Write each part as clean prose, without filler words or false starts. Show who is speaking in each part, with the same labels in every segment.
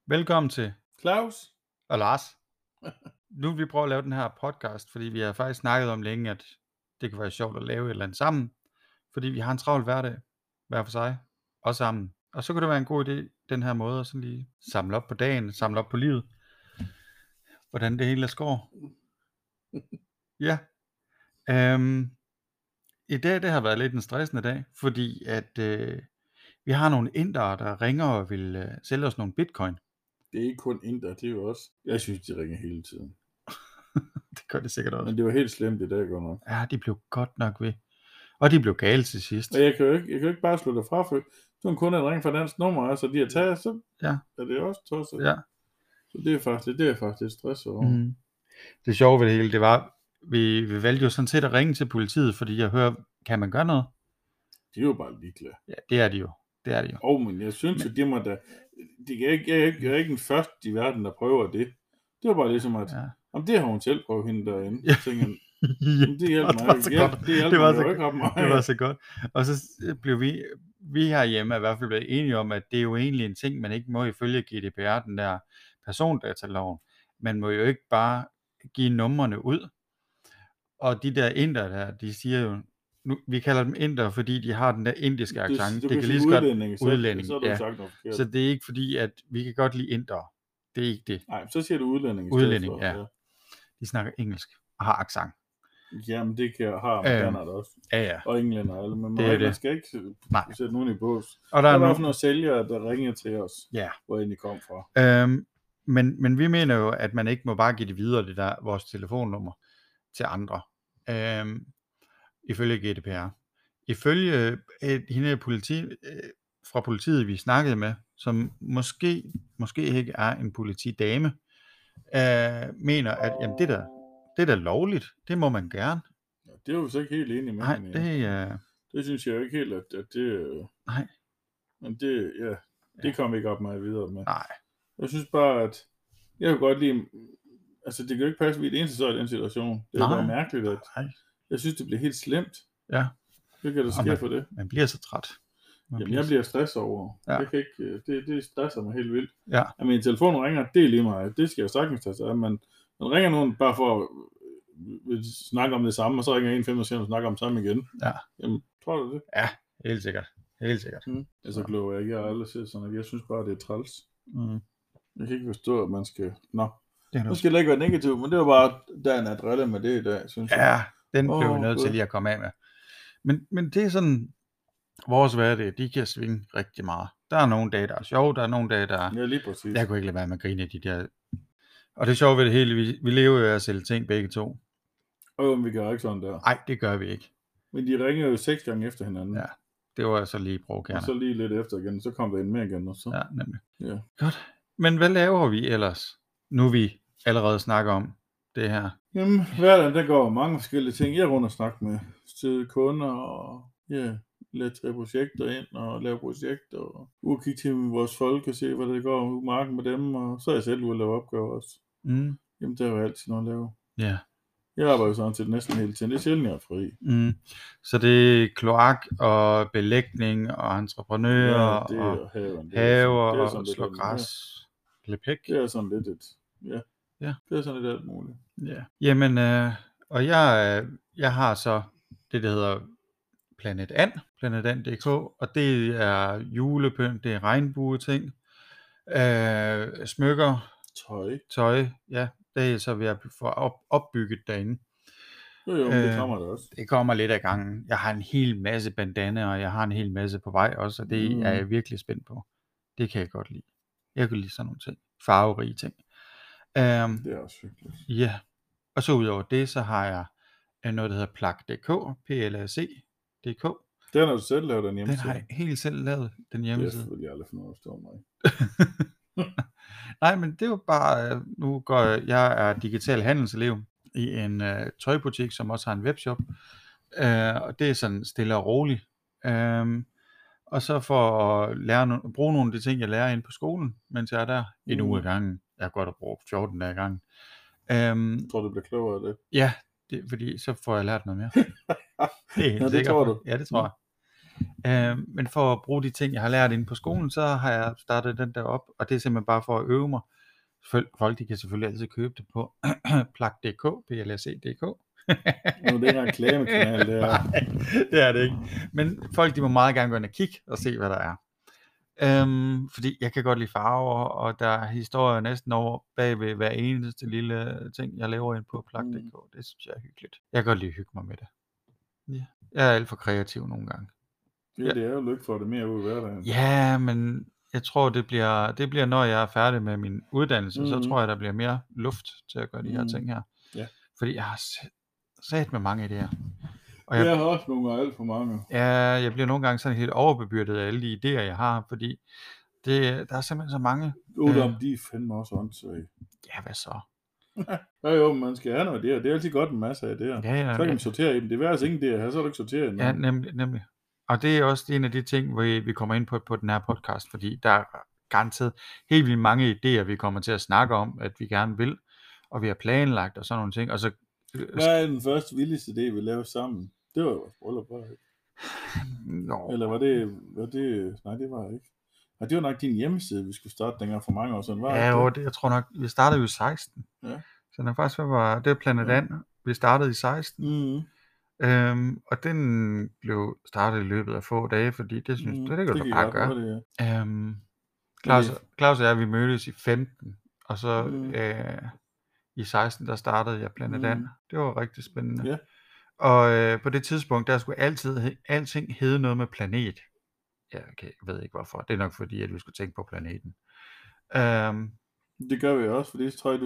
Speaker 1: Velkommen til
Speaker 2: Claus?
Speaker 1: og Lars. Nu vil vi prøve at lave den her podcast, fordi vi har faktisk snakket om længe, at det kan være sjovt at lave et eller andet sammen, fordi vi har en travl hverdag, hver for sig, og sammen. Og så kunne det være en god idé, den her måde, at sådan lige samle op på dagen, samle op på livet, hvordan det hele går. Ja. I dag, det har været lidt en stressende dag, fordi at vi har nogle indere, der ringer og vil sælge os nogle bitcoin.
Speaker 2: Det er ikke kun Inder, det er jo også... Jeg synes, de ringer hele tiden.
Speaker 1: Det gør det sikkert også.
Speaker 2: Men det var helt slemt i dag, godt nok.
Speaker 1: Ja, de blev godt nok ved. Og de blev gale til sidst.
Speaker 2: Og jeg kan jo ikke bare slå det fra, for så en kunde ring fra dansk nummer, altså de har taget, så
Speaker 1: Ja.
Speaker 2: er det også tosset.
Speaker 1: Ja.
Speaker 2: Så det er faktisk lidt stress over.
Speaker 1: Mm. Det sjove ved det hele, det var, vi valgte jo sådan set at ringe til politiet, fordi jeg hører, kan man gøre noget?
Speaker 2: De er jo bare ligeglade.
Speaker 1: Ja, det er de jo. Det er de jo.
Speaker 2: Men jeg synes jo, det må da... Jeg er ikke den første i verden, der prøver det. Det var bare ligesom, at...
Speaker 1: Ja.
Speaker 2: Om det har hun selv prøvet hende derinde.
Speaker 1: Ja.
Speaker 2: Tænker, det hjælper mig.
Speaker 1: Det var så godt. Og så blev vi herhjemme er i hvert fald blevet enige om, at det er jo egentlig en ting, man ikke må ifølge GDPR, den der persondataloven. Man må jo ikke bare give numrene ud. Og de der inder der, de siger jo, nu, vi kalder dem inder, fordi de har den der indiske accent.
Speaker 2: Det
Speaker 1: kan lige
Speaker 2: så
Speaker 1: godt
Speaker 2: udlænding. Så
Speaker 1: ja.
Speaker 2: sagt noget forkert.
Speaker 1: Så det er ikke fordi, at vi kan godt lide inder. Det er ikke det.
Speaker 2: Nej, så siger du udlænding i
Speaker 1: Udlænding,
Speaker 2: stedet for.
Speaker 1: ja. De snakker engelsk og har accent.
Speaker 2: Jamen, det kan have amerikanere også.
Speaker 1: Ja.
Speaker 2: Og englænder. Eller, men man skal ikke sætte nogen i bås.
Speaker 1: Og der er
Speaker 2: nogle sælgere, der ringer til os, hvor I kom fra.
Speaker 1: Men vi mener jo, at man ikke må bare give det videre, det der vores telefonnummer til andre. Ifølge GDPR. Ifølge hende fra politiet, vi snakkede med, som måske ikke er en politidame, mener, at jamen, det er da lovligt. Det må man gerne.
Speaker 2: Ja, det er jo så ikke helt enig med.
Speaker 1: Nej,
Speaker 2: det synes jeg jo ikke helt, at det...
Speaker 1: Nej.
Speaker 2: Men det, det kommer vi ikke op meget videre med.
Speaker 1: Nej.
Speaker 2: Jeg synes bare, at jeg kan godt lide... Altså, det kan jo ikke passe, at vi er det eneste så i den situation. Det er bare mærkeligt, at...
Speaker 1: Nej.
Speaker 2: Jeg synes, det bliver helt slemt.
Speaker 1: Ja.
Speaker 2: Det kan der ske for det.
Speaker 1: Man bliver så træt.
Speaker 2: Jamen, jeg bliver stresset over.
Speaker 1: Ja.
Speaker 2: Jeg kan ikke, det stresser mig helt vildt.
Speaker 1: Ja.
Speaker 2: At min telefon ringer, det er lige mig. Det skal jeg sagtens tage sig af. Men man ringer nogen bare for at snakke om det samme, og så ringer en 5 og snakker om det samme igen.
Speaker 1: Ja.
Speaker 2: Jamen, tror du det?
Speaker 1: Ja, helt sikkert. Helt sikkert.
Speaker 2: Jeg er så glad, at jeg har aldrig set sådan, at jeg synes bare, det er træls. Jeg kan ikke forstå, at man skal... Nu skal det ikke være negativt, men det var bare, der er en adrelle med det i dag, synes jeg.
Speaker 1: Ja, den blev vi nødt til lige at komme af med. Men det er sådan, vores hverdag, de kan svinge rigtig meget. Der er nogle dage, der er sjove, der er nogle dage, der er...
Speaker 2: Ja, lige præcis.
Speaker 1: Jeg kunne ikke lade være med at grine af de der... Og det er sjovt ved det hele, vi lever jo af at sælge ting begge to.
Speaker 2: Men vi gør ikke sådan der.
Speaker 1: Nej, det gør vi ikke.
Speaker 2: Men de ringer jo 6 gange efter hinanden.
Speaker 1: Ja, det var så lige provokerende.
Speaker 2: Og så lige lidt efter igen, så kom der en mere igen. Og så.
Speaker 1: Ja, nemlig.
Speaker 2: Ja.
Speaker 1: Godt. Men hvad laver vi ellers, nu vi allerede snakker om det her?
Speaker 2: Jamen, hverdagen, der går mange forskellige ting. Jeg er rundt og snakke med støde kunder, og lade 3 projekter ind, og lave projekter, og ud og kigge til vores folk, og se, hvad der går ud i marken med dem, og så er jeg selv ude at lave opgaver også. Jamen, der er jo altid noget at lave.
Speaker 1: Ja.
Speaker 2: Jeg arbejder sådan til næsten hele tiden. Det er sjældent, jeg er fri.
Speaker 1: Så det er kloak og belægning og entreprenører
Speaker 2: og
Speaker 1: haver og slå græs. Lepæk.
Speaker 2: Det er sådan lidt det er sådan lidt alt muligt.
Speaker 1: Ja. Jamen, og jeg har så det, der hedder planetan.dk, og det er julepynt, det er regnbueting, smykker, tøj, ja, det er så ved at få opbygget derinde.
Speaker 2: Jo, det kommer der også.
Speaker 1: Det kommer lidt af gangen. Jeg har en hel masse bandana, og jeg har en hel masse på vej også, og det er jeg virkelig spændt på. Det kan jeg godt lide. Jeg kan lide sådan nogle ting. Farverige ting.
Speaker 2: Det er også hyggeligt.
Speaker 1: Ja. Og så udover det, så har jeg noget, der hedder Plak.dk, PLAC.dk.
Speaker 2: Den har du selv lavet, den hjemmeside?
Speaker 1: Den har jeg helt selv lavet, den hjemmeside.
Speaker 2: Det vil jeg aldrig finde noget at stå mig.
Speaker 1: Nej, men det var bare, nu går jeg er digital handelselev i en tøjbutik, som også har en webshop, og det er sådan stille og roligt. Og så for at bruge nogle af de ting, jeg lærer inde på skolen, mens jeg er der en uge ad gangen. Jeg har godt at bruge 14 dage ad gangen.
Speaker 2: Tror du bliver klogere af det?
Speaker 1: Ja, fordi så får jeg lært noget mere. Det er helt sikkert.
Speaker 2: tror du?
Speaker 1: Ja, det tror jeg. Men for at bruge de ting, jeg har lært inde på skolen, så har jeg startet den der op, og det er simpelthen bare for at øve mig. Folk, de kan selvfølgelig altid købe det på plak.dk, plc.dk.
Speaker 2: Nu er det ikke en reklamekanal, det er.
Speaker 1: Nej, det er det ikke. Men folk, de må meget gerne gå ind og kigge og se, hvad der er. Fordi jeg kan godt lide farver, og der er historier næsten over bagved hver eneste lille ting, jeg laver ind på plak.dk. Det synes jeg er hyggeligt. Jeg kan godt lide at hygge mig med det. Ja. Jeg er alt for kreativ nogle gange.
Speaker 2: Ja, det er jo lykke for det mere ud i hverdagen.
Speaker 1: Ja, men jeg tror, det bliver, når jeg er færdig med min uddannelse, så tror jeg, der bliver mere luft til at gøre de her ting her.
Speaker 2: Ja.
Speaker 1: Fordi jeg har sat med mange idéer. Og
Speaker 2: jeg har også nogle gange alt for mange.
Speaker 1: Ja, jeg bliver nogle gange sådan helt overbebyrdet af alle de idéer, jeg har, fordi der er simpelthen så mange.
Speaker 2: De er fandme også åndssvage.
Speaker 1: Ja, hvad så?
Speaker 2: Jo, man skal have noget idéer. Det er altid godt en masse af idéer.
Speaker 1: Ja,
Speaker 2: så kan man sortere i dem. Det er altså ingen idéer her, så er du ikke sorteret i dem.
Speaker 1: Ja, nemlig. Og det er også en af de ting, hvor vi kommer ind på den her podcast, fordi der er garanteret helt vildt mange idéer, vi kommer til at snakke om, at vi gerne vil, og vi har planlagt og sådan nogle ting. Og så,
Speaker 2: hvad er den første vildeste idé, vi lavede sammen? Det var jo bryllup, var det ikke?
Speaker 1: Nå.
Speaker 2: Eller var det... Nej, det var ikke. Og det var nok din hjemmeside, vi skulle starte dengang for mange år siden, var
Speaker 1: det? Jeg tror nok, vi startede jo i 16.
Speaker 2: Ja.
Speaker 1: Så den faktisk det var Planet And. Vi startede i 16. Og den blev startet i løbet af få dage, fordi det synes det kan du bare gøre. Claus og jeg, vi mødtes i 15, og så i 16, der startede jeg Planet And. Det var rigtig spændende.
Speaker 2: Ja.
Speaker 1: Og på det tidspunkt, der skulle alting hedde noget med planet. Jeg ved ikke hvorfor. Det er nok fordi, at vi skulle tænke på planeten.
Speaker 2: Det gør vi også, fordi så tror jeg,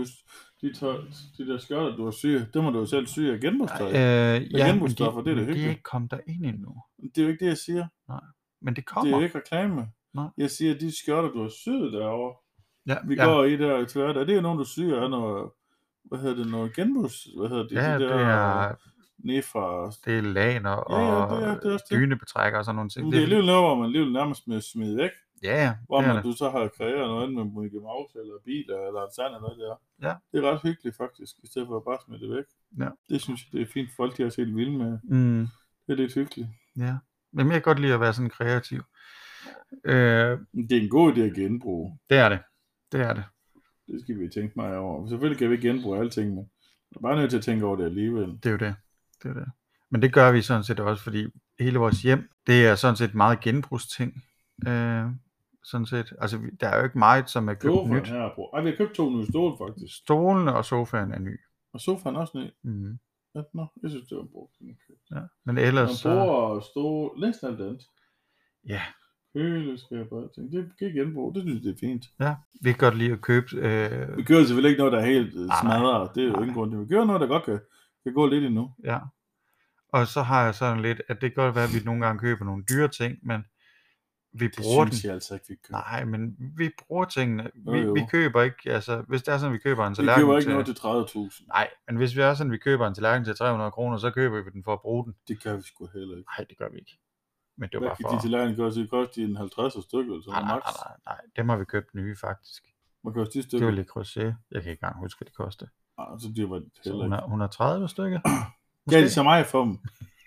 Speaker 2: de der skørter, du har syge, det må du jo selv syge af genbrugstøj.
Speaker 1: Genbrugsstoffer,
Speaker 2: det er det hyggeligt.
Speaker 1: De er ikke kommet derind endnu.
Speaker 2: Det er jo ikke det, jeg siger.
Speaker 1: Nej, men det kommer.
Speaker 2: Det er jo ikke reklame.
Speaker 1: Nej.
Speaker 2: Jeg siger, at de skørter, du har syet derovre,
Speaker 1: vi
Speaker 2: går i der til hverdag, det er jo nogen, du syger af noget, noget genbrugs,
Speaker 1: det er
Speaker 2: ned fra...
Speaker 1: Det er laner og dynebetrækker og sådan nogle ting.
Speaker 2: Det er alligevel noget, hvor man alligevel nærmest med smide væk.
Speaker 1: Ja,
Speaker 2: hvor du så har kreeret noget andet med Mickey Mouse eller biler eller en sand eller noget der.
Speaker 1: Ja.
Speaker 2: Det er ret hyggeligt faktisk, i stedet for at bare smide det væk.
Speaker 1: Ja.
Speaker 2: Det synes jeg, det er fint. Folk, de har set vilde med. Det er lidt hyggeligt.
Speaker 1: Ja, men jeg kan godt lide at være sådan kreativ.
Speaker 2: Det er en god idé at genbruge.
Speaker 1: Det er det.
Speaker 2: Det skal vi tænke meget over. Selvfølgelig kan vi ikke genbruge alting, men jeg er bare nødt til at tænke over det alligevel.
Speaker 1: Det er jo det. Men det gør vi sådan set også, fordi hele vores hjem, det er sådan set meget genbrugsting. Sådan set. Altså, der er jo ikke meget, som er købt nyt.
Speaker 2: Her vi har købt 2 nye stole, faktisk.
Speaker 1: Stolene og sofaen er ny.
Speaker 2: Og sofaen er også ny?
Speaker 1: Ja,
Speaker 2: jeg synes, det var brugt.
Speaker 1: Ja, men ellers...
Speaker 2: Man bruger stole, næsten alt andet.
Speaker 1: Ja.
Speaker 2: Køleskab og ting. Det kan ikke genbruge. Det synes jeg, det er fint.
Speaker 1: Ja, vi kan godt lide at købe...
Speaker 2: Vi kører selvfølgelig ikke noget, der er helt smadret. Det er jo ingen grund til. Vi kører noget, der godt kan gå lidt endnu.
Speaker 1: Ja. Og så har jeg sådan lidt, at det kan godt være, at vi nogle gange køber nogle dyre ting, men vi bruger
Speaker 2: det synes jeg altså ikke, vi køber.
Speaker 1: Nej, men vi bruger tingene. Vi køber ikke, altså hvis det er sådan, vi køber en tallerken
Speaker 2: til... Vi køber ikke noget til 30.000.
Speaker 1: Nej, men hvis vi er sådan, vi køber en tallerken til 300 kroner, så køber vi den for at bruge den.
Speaker 2: Det gør vi sgu heller ikke.
Speaker 1: Nej, det gør vi ikke. Men det var
Speaker 2: bare for... De tallerken koster en 50 stykker, eller sådan
Speaker 1: noget. Nej, dem har vi købt nye, faktisk.
Speaker 2: Hvad koster de stykker?
Speaker 1: Det var lidt crochet. Jeg kan ikke engang huske, hvad det koster.
Speaker 2: Så det var heller ikke.
Speaker 1: 130 stykker?
Speaker 2: Gav de så meget for dem?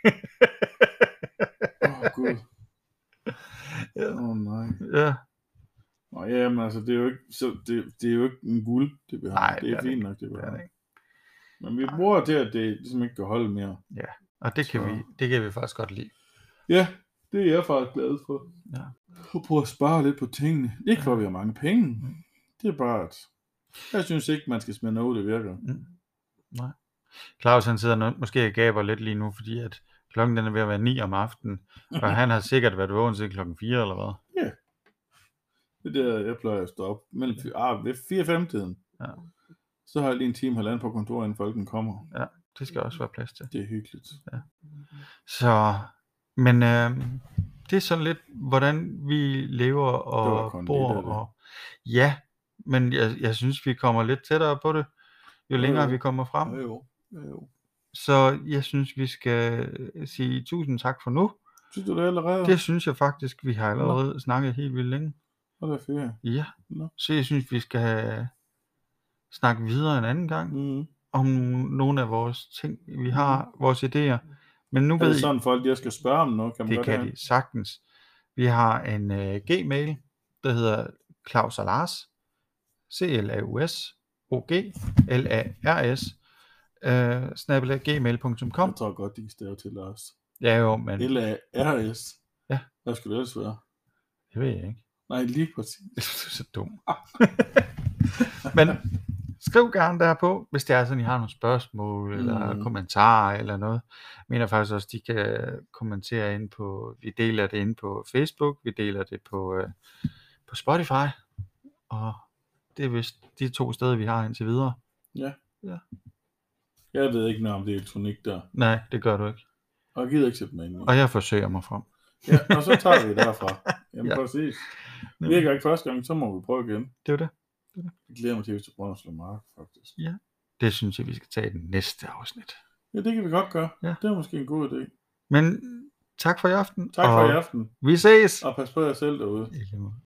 Speaker 2: Gud. Nej.
Speaker 1: Ja.
Speaker 2: Nå ja, men altså, det er jo ikke, det er jo ikke en guld, det vi har.
Speaker 1: Nej,
Speaker 2: det er fint nok, det vi
Speaker 1: har.
Speaker 2: Det men vi bruger det, at det ligesom ikke kan holde mere.
Speaker 1: Ja, og det kan vi faktisk godt lide.
Speaker 2: Ja, det er jeg faktisk glad for.
Speaker 1: Ja.
Speaker 2: Og prøve at spare lidt på tingene. Ikke for, at vi har mange penge. Det er bare, at jeg synes ikke, man skal smide noget, det virker.
Speaker 1: Nej. Claus, han sidder måske og gaber lidt lige nu, fordi at klokken den er ved at være 9 om aftenen, og han har sikkert været vågen til klokken 4 eller hvad?
Speaker 2: Ja. Det der, jeg plejer at stå op mellem 4-5-tiden.
Speaker 1: Ja.
Speaker 2: Så har jeg lige en time halvanden på kontoret, inden folken kommer.
Speaker 1: Ja, det skal også være plads til.
Speaker 2: Det er hyggeligt.
Speaker 1: Ja. Så, men det er sådan lidt, hvordan vi lever og bor. Og, ja, men jeg synes, vi kommer lidt tættere på det, jo længere vi kommer frem.
Speaker 2: Jo.
Speaker 1: Så jeg synes, vi skal sige tusind tak for nu.
Speaker 2: Synes du det allerede?
Speaker 1: Det synes jeg faktisk, vi har allerede snakket helt vildt længe.
Speaker 2: Og det er ferie.
Speaker 1: Ja. Så jeg synes, vi skal snakke videre en anden gang om nogle af vores ting, vi har, vores idéer. Men nu
Speaker 2: Er
Speaker 1: ved
Speaker 2: det
Speaker 1: I,
Speaker 2: sådan, folk jeg skal spørge om noget? Kan man
Speaker 1: det
Speaker 2: godt
Speaker 1: kan
Speaker 2: have?
Speaker 1: de sagtens. Vi har en Gmail, der hedder Claus og Lars, CLAUSOGLARS, @gmail.com.
Speaker 2: Jeg tror godt, de kan stave til Lars.
Speaker 1: Ja jo, men
Speaker 2: LARS.
Speaker 1: Ja.
Speaker 2: Hvad skulle det ellers være?
Speaker 1: det ved jeg ikke.
Speaker 2: Nej, lige præcis.
Speaker 1: Det er så dumt. Men skriv gerne derpå, hvis det er sådan, I har nogle spørgsmål eller kommentarer eller noget. Jeg mener faktisk også, de kan kommentere ind på, vi deler det inde på Facebook, vi deler det på Spotify, og det er vist de 2 steder, vi har indtil videre.
Speaker 2: Ja.
Speaker 1: Ja.
Speaker 2: Jeg ved ikke noget om det elektronik der.
Speaker 1: Nej, det gør du ikke.
Speaker 2: Og jeg gider ikke sætte mig ind i.
Speaker 1: Og jeg forsøger mig frem.
Speaker 2: Ja, og så tager vi derfra. Jamen
Speaker 1: Ja.
Speaker 2: præcis. Virker ikke første gang, så må vi prøve igen.
Speaker 1: Det var det.
Speaker 2: Jeg glæder mig til, hvis du prøver at slå mark, faktisk.
Speaker 1: Ja. Det synes jeg, vi skal tage i den næste afsnit.
Speaker 2: Ja, det kan vi godt gøre.
Speaker 1: Ja.
Speaker 2: Det er måske en god idé.
Speaker 1: Men tak for i aften.
Speaker 2: Tak for
Speaker 1: og
Speaker 2: i aften.
Speaker 1: Vi ses.
Speaker 2: Og pas på jer selv derude.
Speaker 1: I lige måde.